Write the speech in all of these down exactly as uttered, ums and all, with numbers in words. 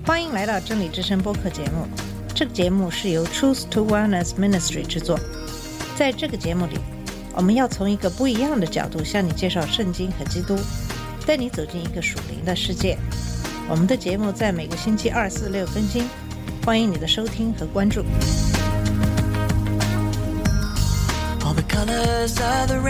欢迎来到真理之声播客节目。这个节目是由 Truth to Wellness Ministry 制作。在这个节目里，我们要从一个不一样的角度向你介绍圣经和基督，带你走进一个属灵的世界。我们的节目在每个星期二、四、六更新，欢迎你的收听和关注。All the colors of the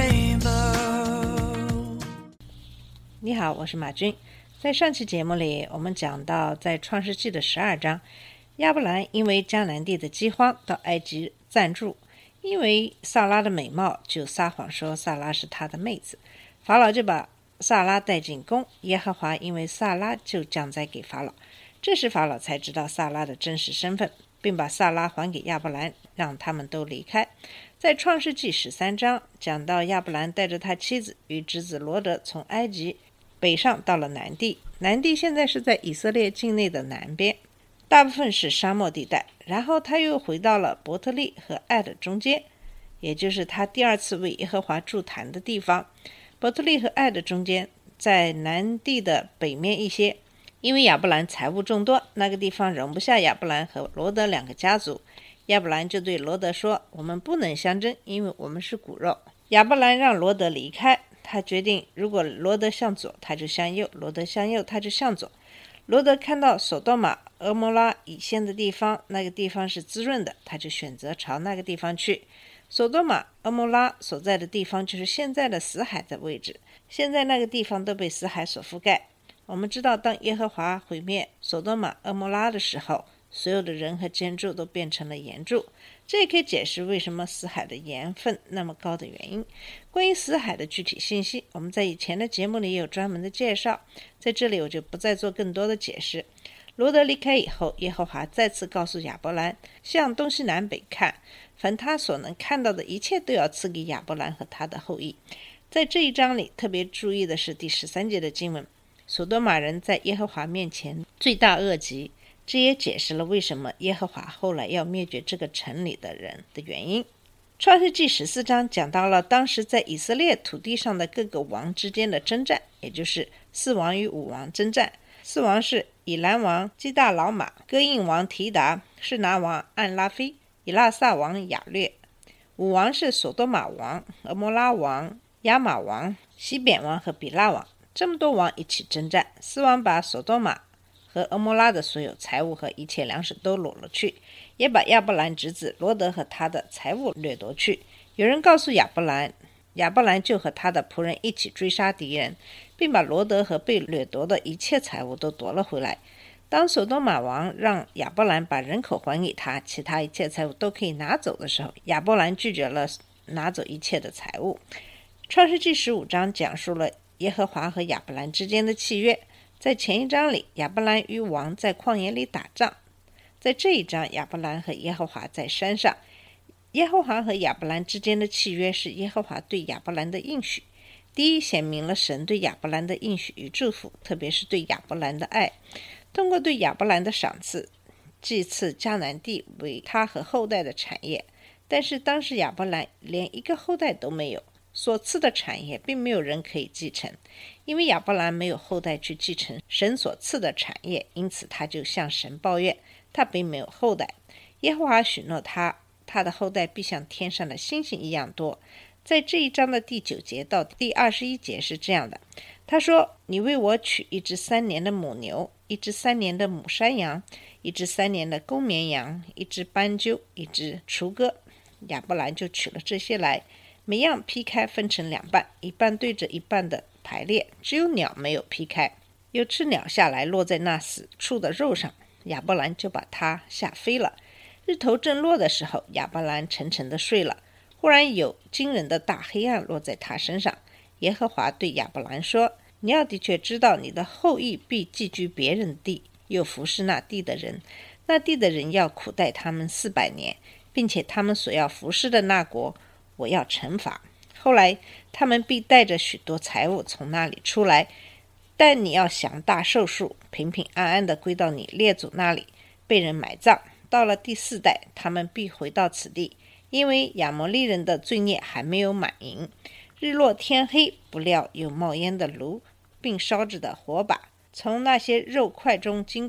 rainbow。 你好，我是马军。在上期节目里，我们讲到在创世纪的十二章，亚伯兰因为迦南地的饥荒到埃及暂住，因为萨拉的美貌就撒谎说萨拉是他的妹子，法老就把萨拉带进宫，耶和华因为萨拉就降灾给法老。这时法老才知道萨拉的真实身份，并把萨拉还给亚伯兰，让他们都离开。在创世纪十三章讲到亚伯兰带着他妻子与侄子罗德从埃及北上到了南地，南地现在是在以色列境内的南边，大部分是沙漠地带。然后他又回到了伯特利和爱的中间，也就是他第二次为耶和华筑坛的地方。伯特利和爱的中间在南地的北面一些，因为亚伯兰财物众多，那个地方容不下亚伯兰和罗德两个家族。亚伯兰就对罗德说，我们不能相争，因为我们是骨肉。亚伯兰让罗德离开，他决定如果罗德向左他就向右，罗德向右他就向左。罗德看到索多玛、俄摩拉以先的地方，那个地方是滋润的，他就选择朝那个地方去。索多玛、俄摩拉所在的地方就是现在的死海的位置，现在那个地方都被死海所覆盖。我们知道当耶和华毁灭索多玛、俄摩拉的时候，所有的人和建筑都变成了盐柱，这也可以解释为什么死海的盐分那么高的原因。关于死海的具体信息，我们在以前的节目里也有专门的介绍，在这里我就不再做更多的解释。罗德离开以后，耶和华再次告诉亚伯兰，向东西南北看，凡他所能看到的一切都要赐给亚伯兰和他的后裔。在这一章里特别注意的是第十三节的经文，索多玛人在耶和华面前罪大恶极，这也解释了为什么耶和华后来要灭绝这个城里的人的原因。创世纪十四章讲到了当时在以色列土地上的各个王之间的征战，也就是四王与五王征战。四王是以兰王基大老马、哥印王提达、示拿王暗拉菲、以拉萨王雅略。五王是索多玛王、俄摩拉王、亚玛王、西扁王和比拉王。这么多王一起征战，四王把索多玛和俄摩拉的所有财物和一切粮食都掳了去，也把亚伯兰侄子罗德和他的财物掠夺去。有人告诉亚伯兰，亚伯兰就和他的仆人一起追杀敌人，并把罗德和被掠夺的一切财物都夺了回来。当索多玛王让亚伯兰把人口还给他，其他一切财物都可以拿走的时候，亚伯兰拒绝了拿走一切的财物。创世纪十五章讲述了耶和华和亚伯兰之间的契约。在前一章里，亚伯兰与王在旷野里打仗，在这一章，亚伯兰和耶和华在山上。耶和华和亚伯兰之间的契约是耶和华对亚伯兰的应许。第一，显明了神对亚伯兰的应许与祝福，特别是对亚伯兰的爱。通过对亚伯兰的赏赐，祭赐迦南地为他和后代的产业。但是当时亚伯兰连一个后代都没有，所赐的产业并没有人可以继承，因为亚伯兰没有后代去继承神所赐的产业，因此他就向神抱怨，他并没有后代。耶和华许诺他，他的后代必像天上的星星一样多。在这一章的第九节到第二十一节是这样的，他说，你为我取一只三年的母牛，一只三年的母山羊，一只三年的公绵羊，一只斑鸠，一只雏鸽。亚伯兰就取了这些来，每样劈开分成两半，一半对着一半的排列，只有鸟没有劈开。有只鸟下来落在那死处的肉上，亚伯兰就把它吓飞了。日头正落的时候，亚伯兰沉沉地睡了，忽然有惊人的大黑暗落在他身上。耶和华对亚伯兰说，你要的确知道你的后裔必寄居别人的地，又服侍那地的人，那地的人要苦待他们四百年，并且他们所要服侍的那国我要惩罚。后来他们必带着许多财物从那里出来，但你要享大寿数，平平安安地归到你列祖那里，被人埋葬。到了第四代，他们必回到此地，因为亚摩利人的罪孽还没有满盈。日落天黑，不料有冒烟的炉，并烧着的火把从那些肉块中经过，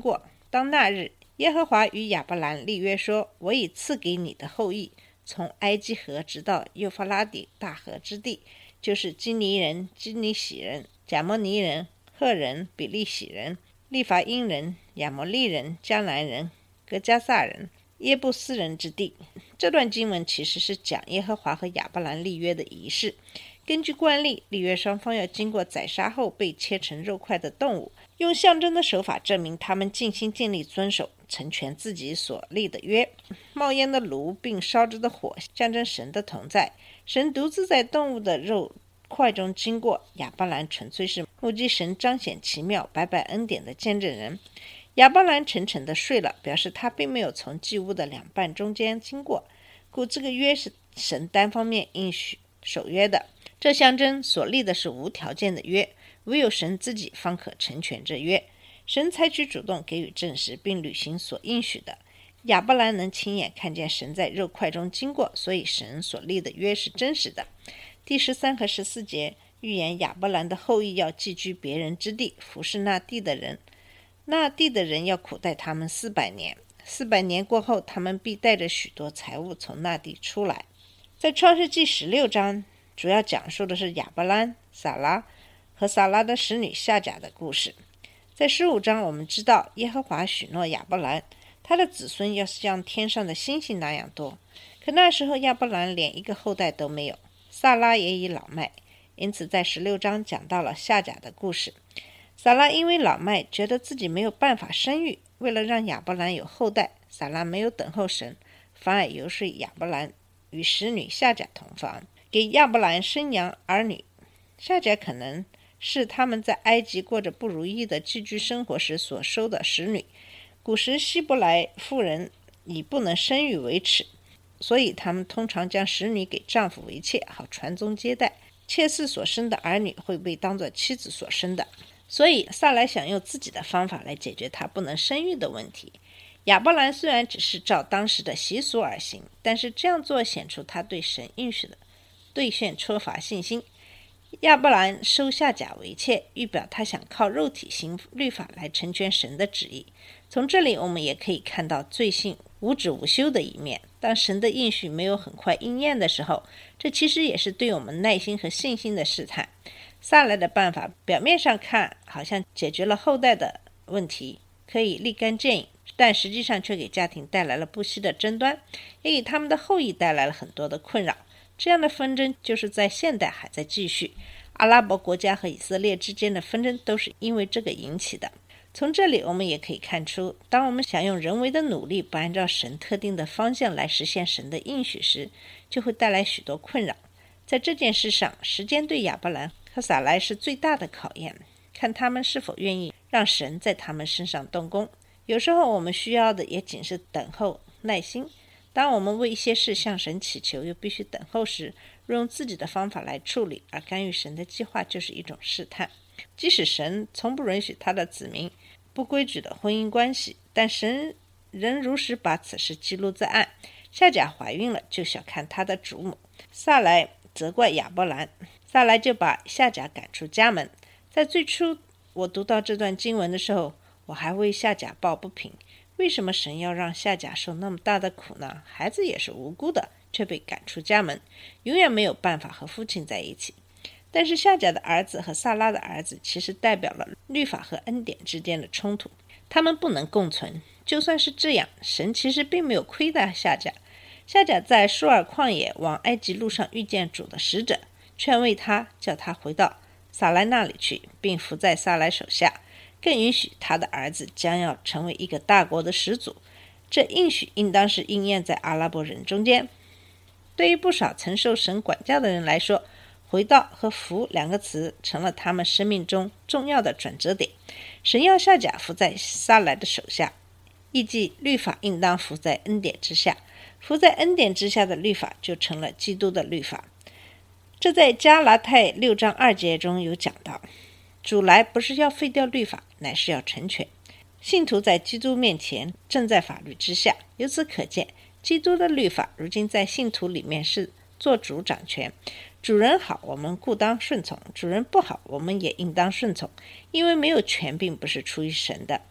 当那日，耶和华与亚伯兰立约说，我已赐给你的后裔，从埃及河直到幼发拉底大河之地，就是基尼人、基尼喜人、贾摩尼人、赫人、比利喜人、利伐因人、亚摩利人、迦南人、格加撒人、耶布斯人之地。这段经文其实是讲耶和华和亚伯兰立约的仪式。根据惯例，立约双方要经过宰杀后被切成肉块的动物，用象征的手法证明他们尽心尽力遵守成全自己所立的约。冒烟的炉并烧着的火象征神的同在，神独自在动物的肉块中经过，亚伯兰纯粹是目击神彰显奇妙白白恩典的见证人。亚伯兰沉沉地睡了，表示他并没有从祭物的两半中间经过，故这个约是神单方面应许守约的。这象征所立的是无条件的约，唯有神自己方可成全这约。神采取主动给予证实并履行所应许的。亚伯兰能亲眼看见神在肉块中经过，所以神所立的约是真实的。第十三和十四节预言亚伯兰的后裔要寄居别人之地，服侍那地的人，那地的人要苦待他们四百年，四百年过后，他们必带着许多财物从那地出来。在创世纪十六章主要讲述的是亚伯兰、撒拉和撒拉的使女夏甲的故事。在十五章我们知道耶和华许诺亚伯兰，他的子孙要像天上的星星那样多。可那时候亚伯兰连一个后代都没有，撒拉也已老迈，因此在十六章讲到了夏甲的故事。撒拉因为老迈，觉得自己没有办法生育，为了让亚伯兰有后代，撒拉没有等候神，反而游说亚伯兰与使女夏甲同房，给亚伯兰生养儿女。夏甲可能是他们在埃及过着不如意的寄居生活时所收的使女。古时希伯来妇人以不能生育为耻，所以他们通常将使女给丈夫为妾，好传宗接代。妾室所生的儿女会被当作妻子所生的，所以撒来想用自己的方法来解决他不能生育的问题。亚伯兰虽然只是照当时的习俗而行，但是这样做显出他对神应许的兑现缺乏信心。亚伯兰收夏甲为妾，预表他想靠肉体行律法来成全神的旨意。从这里我们也可以看到罪性无止无休的一面。当神的应许没有很快应验的时候，这其实也是对我们耐心和信心的试探。撒来的办法表面上看好像解决了后代的问题，可以立竿见影，但实际上却给家庭带来了不惜的争端，也给他们的后裔带来了很多的困扰。这样的纷争就是在现代还在继续，阿拉伯国家和以色列之间的纷争都是因为这个引起的。从这里我们也可以看出，当我们想用人为的努力不按照神特定的方向来实现神的应许时，就会带来许多困扰。在这件事上，时间对亚伯兰和撒来是最大的考验，看他们是否愿意让神在他们身上动工。有时候我们需要的也仅是等候、耐心。当我们为一些事向神祈求又必须等候时，若用自己的方法来处理而干预神的计划，就是一种试探。即使神从不允许他的子民不规矩的婚姻关系，但神仍如实把此事记录在案。夏甲怀孕了，就小看他的主母，撒来责怪亚伯兰，撒来就把夏甲赶出家门。在最初我读到这段经文的时候，我还为夏甲抱不平，为什么神要让夏甲受那么大的苦呢？孩子也是无辜的，却被赶出家门，永远没有办法和父亲在一起。但是夏甲的儿子和撒拉的儿子其实代表了律法和恩典之间的冲突，他们不能共存。就算是这样，神其实并没有亏待夏甲。夏甲在舒尔旷野往埃及路上遇见主的使者，劝慰他，叫他回到撒来那里去，并服在撒来手下，更允许他的儿子将要成为一个大国的始祖。这应许应当是应验在阿拉伯人中间。对于不少曾受神管教的人来说，回到和服两个词成了他们生命中重要的转折点。神要夏甲服在撒来的手下，意即律法应当服在恩典之下，服在恩典之下的律法就成了基督的律法。这在加拉太六章二节中有讲到，主来不是要废掉律法，乃是要成全。信徒在基督面前正在法律之下，由此可见，基督的律法如今在信徒里面是做主掌权。主人好，我们固当顺从；主人不好，我们也应当顺从，因为没有权柄不是出于神的。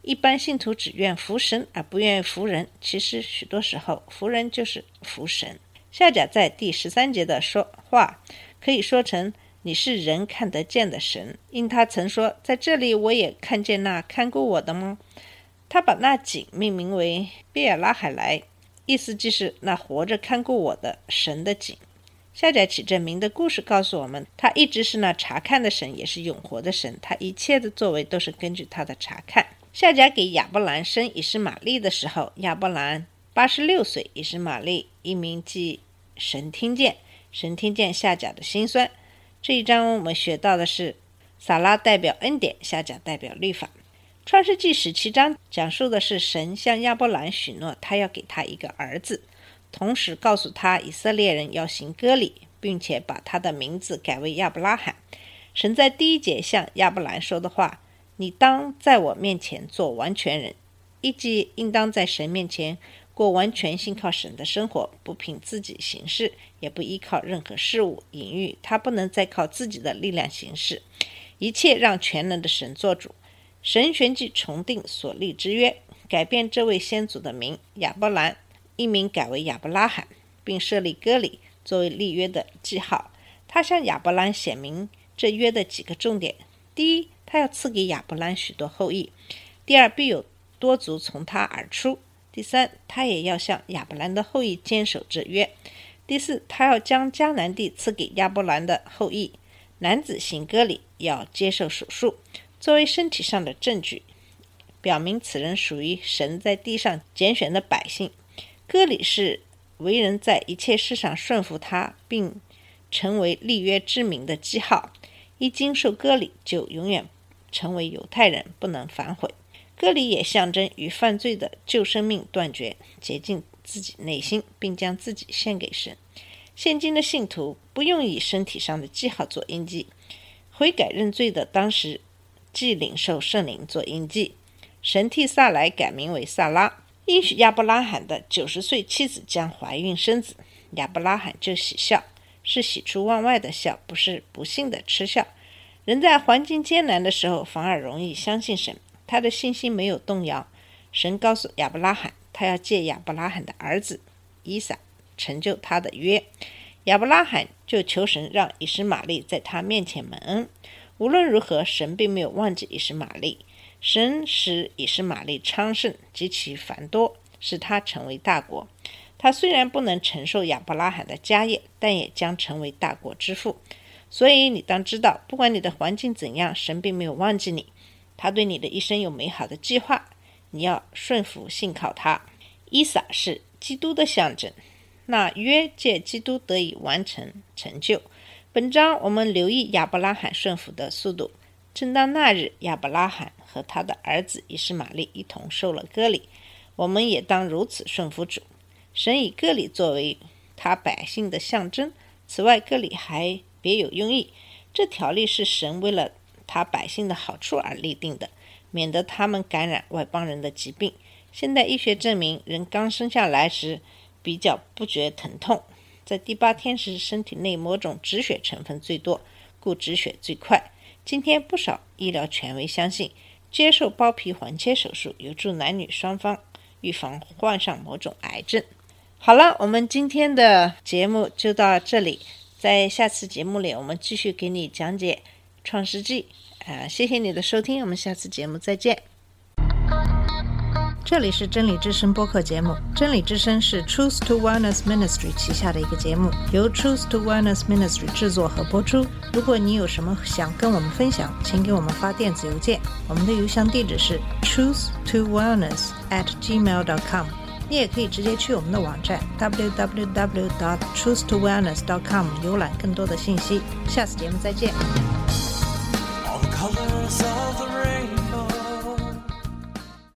一般信徒只愿服神而不愿意服人，其实许多时候服人就是服神。夏甲在第十三节的说话可以说成你是人看得见的神，因他曾说在这里我也看见那看顾我的吗？他把那井命名为贝尔拉海莱，意思即是那活着看顾我的神的井。夏甲起证明的故事告诉我们，他一直是那查看的神，也是永活的神，他一切的作为都是根据他的查看。夏甲给亚伯兰生以实玛利的时候，亚伯兰八十六岁，以实玛利一名即神听见，神听见夏甲的辛酸。这一章我们学到的是撒拉代表恩典，夏甲代表律法。创世纪十七章讲述的是神向亚伯兰许诺他要给他一个儿子，同时告诉他以色列人要行割礼，并且把他的名字改为亚伯拉罕。神在第一节向亚伯兰说的话，你当在我面前做完全人，一即应当在神面前过完全信靠神的生活，不凭自己行事，也不依靠任何事物。隐喻他不能再靠自己的力量行事，一切让全能的神做主。神旋即重定所立之约，改变这位先祖的名亚伯兰一名改为亚伯拉罕，并设立割礼作为立约的记号。他向亚伯兰显明这约的几个重点：第一，他要赐给亚伯兰许多后裔；第二，必有多族从他而出；第三，他也要向亚伯兰的后裔坚守这约；第四，他要将迦南地赐给亚伯兰的后裔。男子行割礼要接受手术，作为身体上的证据，表明此人属于神在地上拣选的百姓。割礼是为人在一切事上顺服他，并成为立约之名的记号。一经受割礼，就永远成为犹太人，不能反悔。割礼也象征与犯罪的旧生命断绝，洁净自己内心，并将自己献给神。现今的信徒不用以身体上的记号做印记，悔改认罪的当时即领受圣灵做印记。神替撒来改名为撒拉，应许亚伯拉罕的九十岁妻子将怀孕生子，亚伯拉罕就喜笑，是喜出望外的笑，不是不幸的嗤笑。人在环境艰难的时候反而容易相信神，他的信心没有动摇。神告诉亚伯拉罕，他要借亚伯拉罕的儿子以撒成就他的约。亚伯拉罕就求神让以实玛利在他面前蒙恩。无论如何，神并没有忘记以实玛利，神使以实玛利昌盛，极其繁多，使他成为大国。他虽然不能承受亚伯拉罕的家业，但也将成为大国之父。所以你当知道，不管你的环境怎样，神并没有忘记你，他对你的一生有美好的计划，你要顺服信靠他。以撒是基督的象征，那约借基督得以完成成就。本章我们留意亚伯拉罕顺服的速度。正当那日，亚伯拉罕和他的儿子以实玛利一同受了割礼，我们也当如此顺服主。神以割礼作为他百姓的象征，此外割礼还别有用意。这条例是神为了他百姓的好处而立定的，免得他们感染外邦人的疾病。现代医学证明，人刚生下来时比较不觉疼痛，在第八天时身体内某种止血成分最多，故止血最快。今天不少医疗权威相信，接受包皮环切手术有助男女双方预防患上某种癌症。好了，我们今天的节目就到这里，在下次节目里我们继续给你讲解创世纪。呃，谢谢你的收听，我们下次节目再见。这里是真理之声播客节目，真理之声是 Truth to Wellness Ministry 旗下的一个节目，由 Truth to Wellness Ministry 制作和播出。如果你有什么想跟我们分享，请给我们发电子邮件，我们的邮箱地址是 truth to wellness at gmail dot com。 你也可以直接去我们的网站 double-u double-u double-u dot truth to wellness dot com 浏览更多的信息。下次节目再见。All the colors of the rain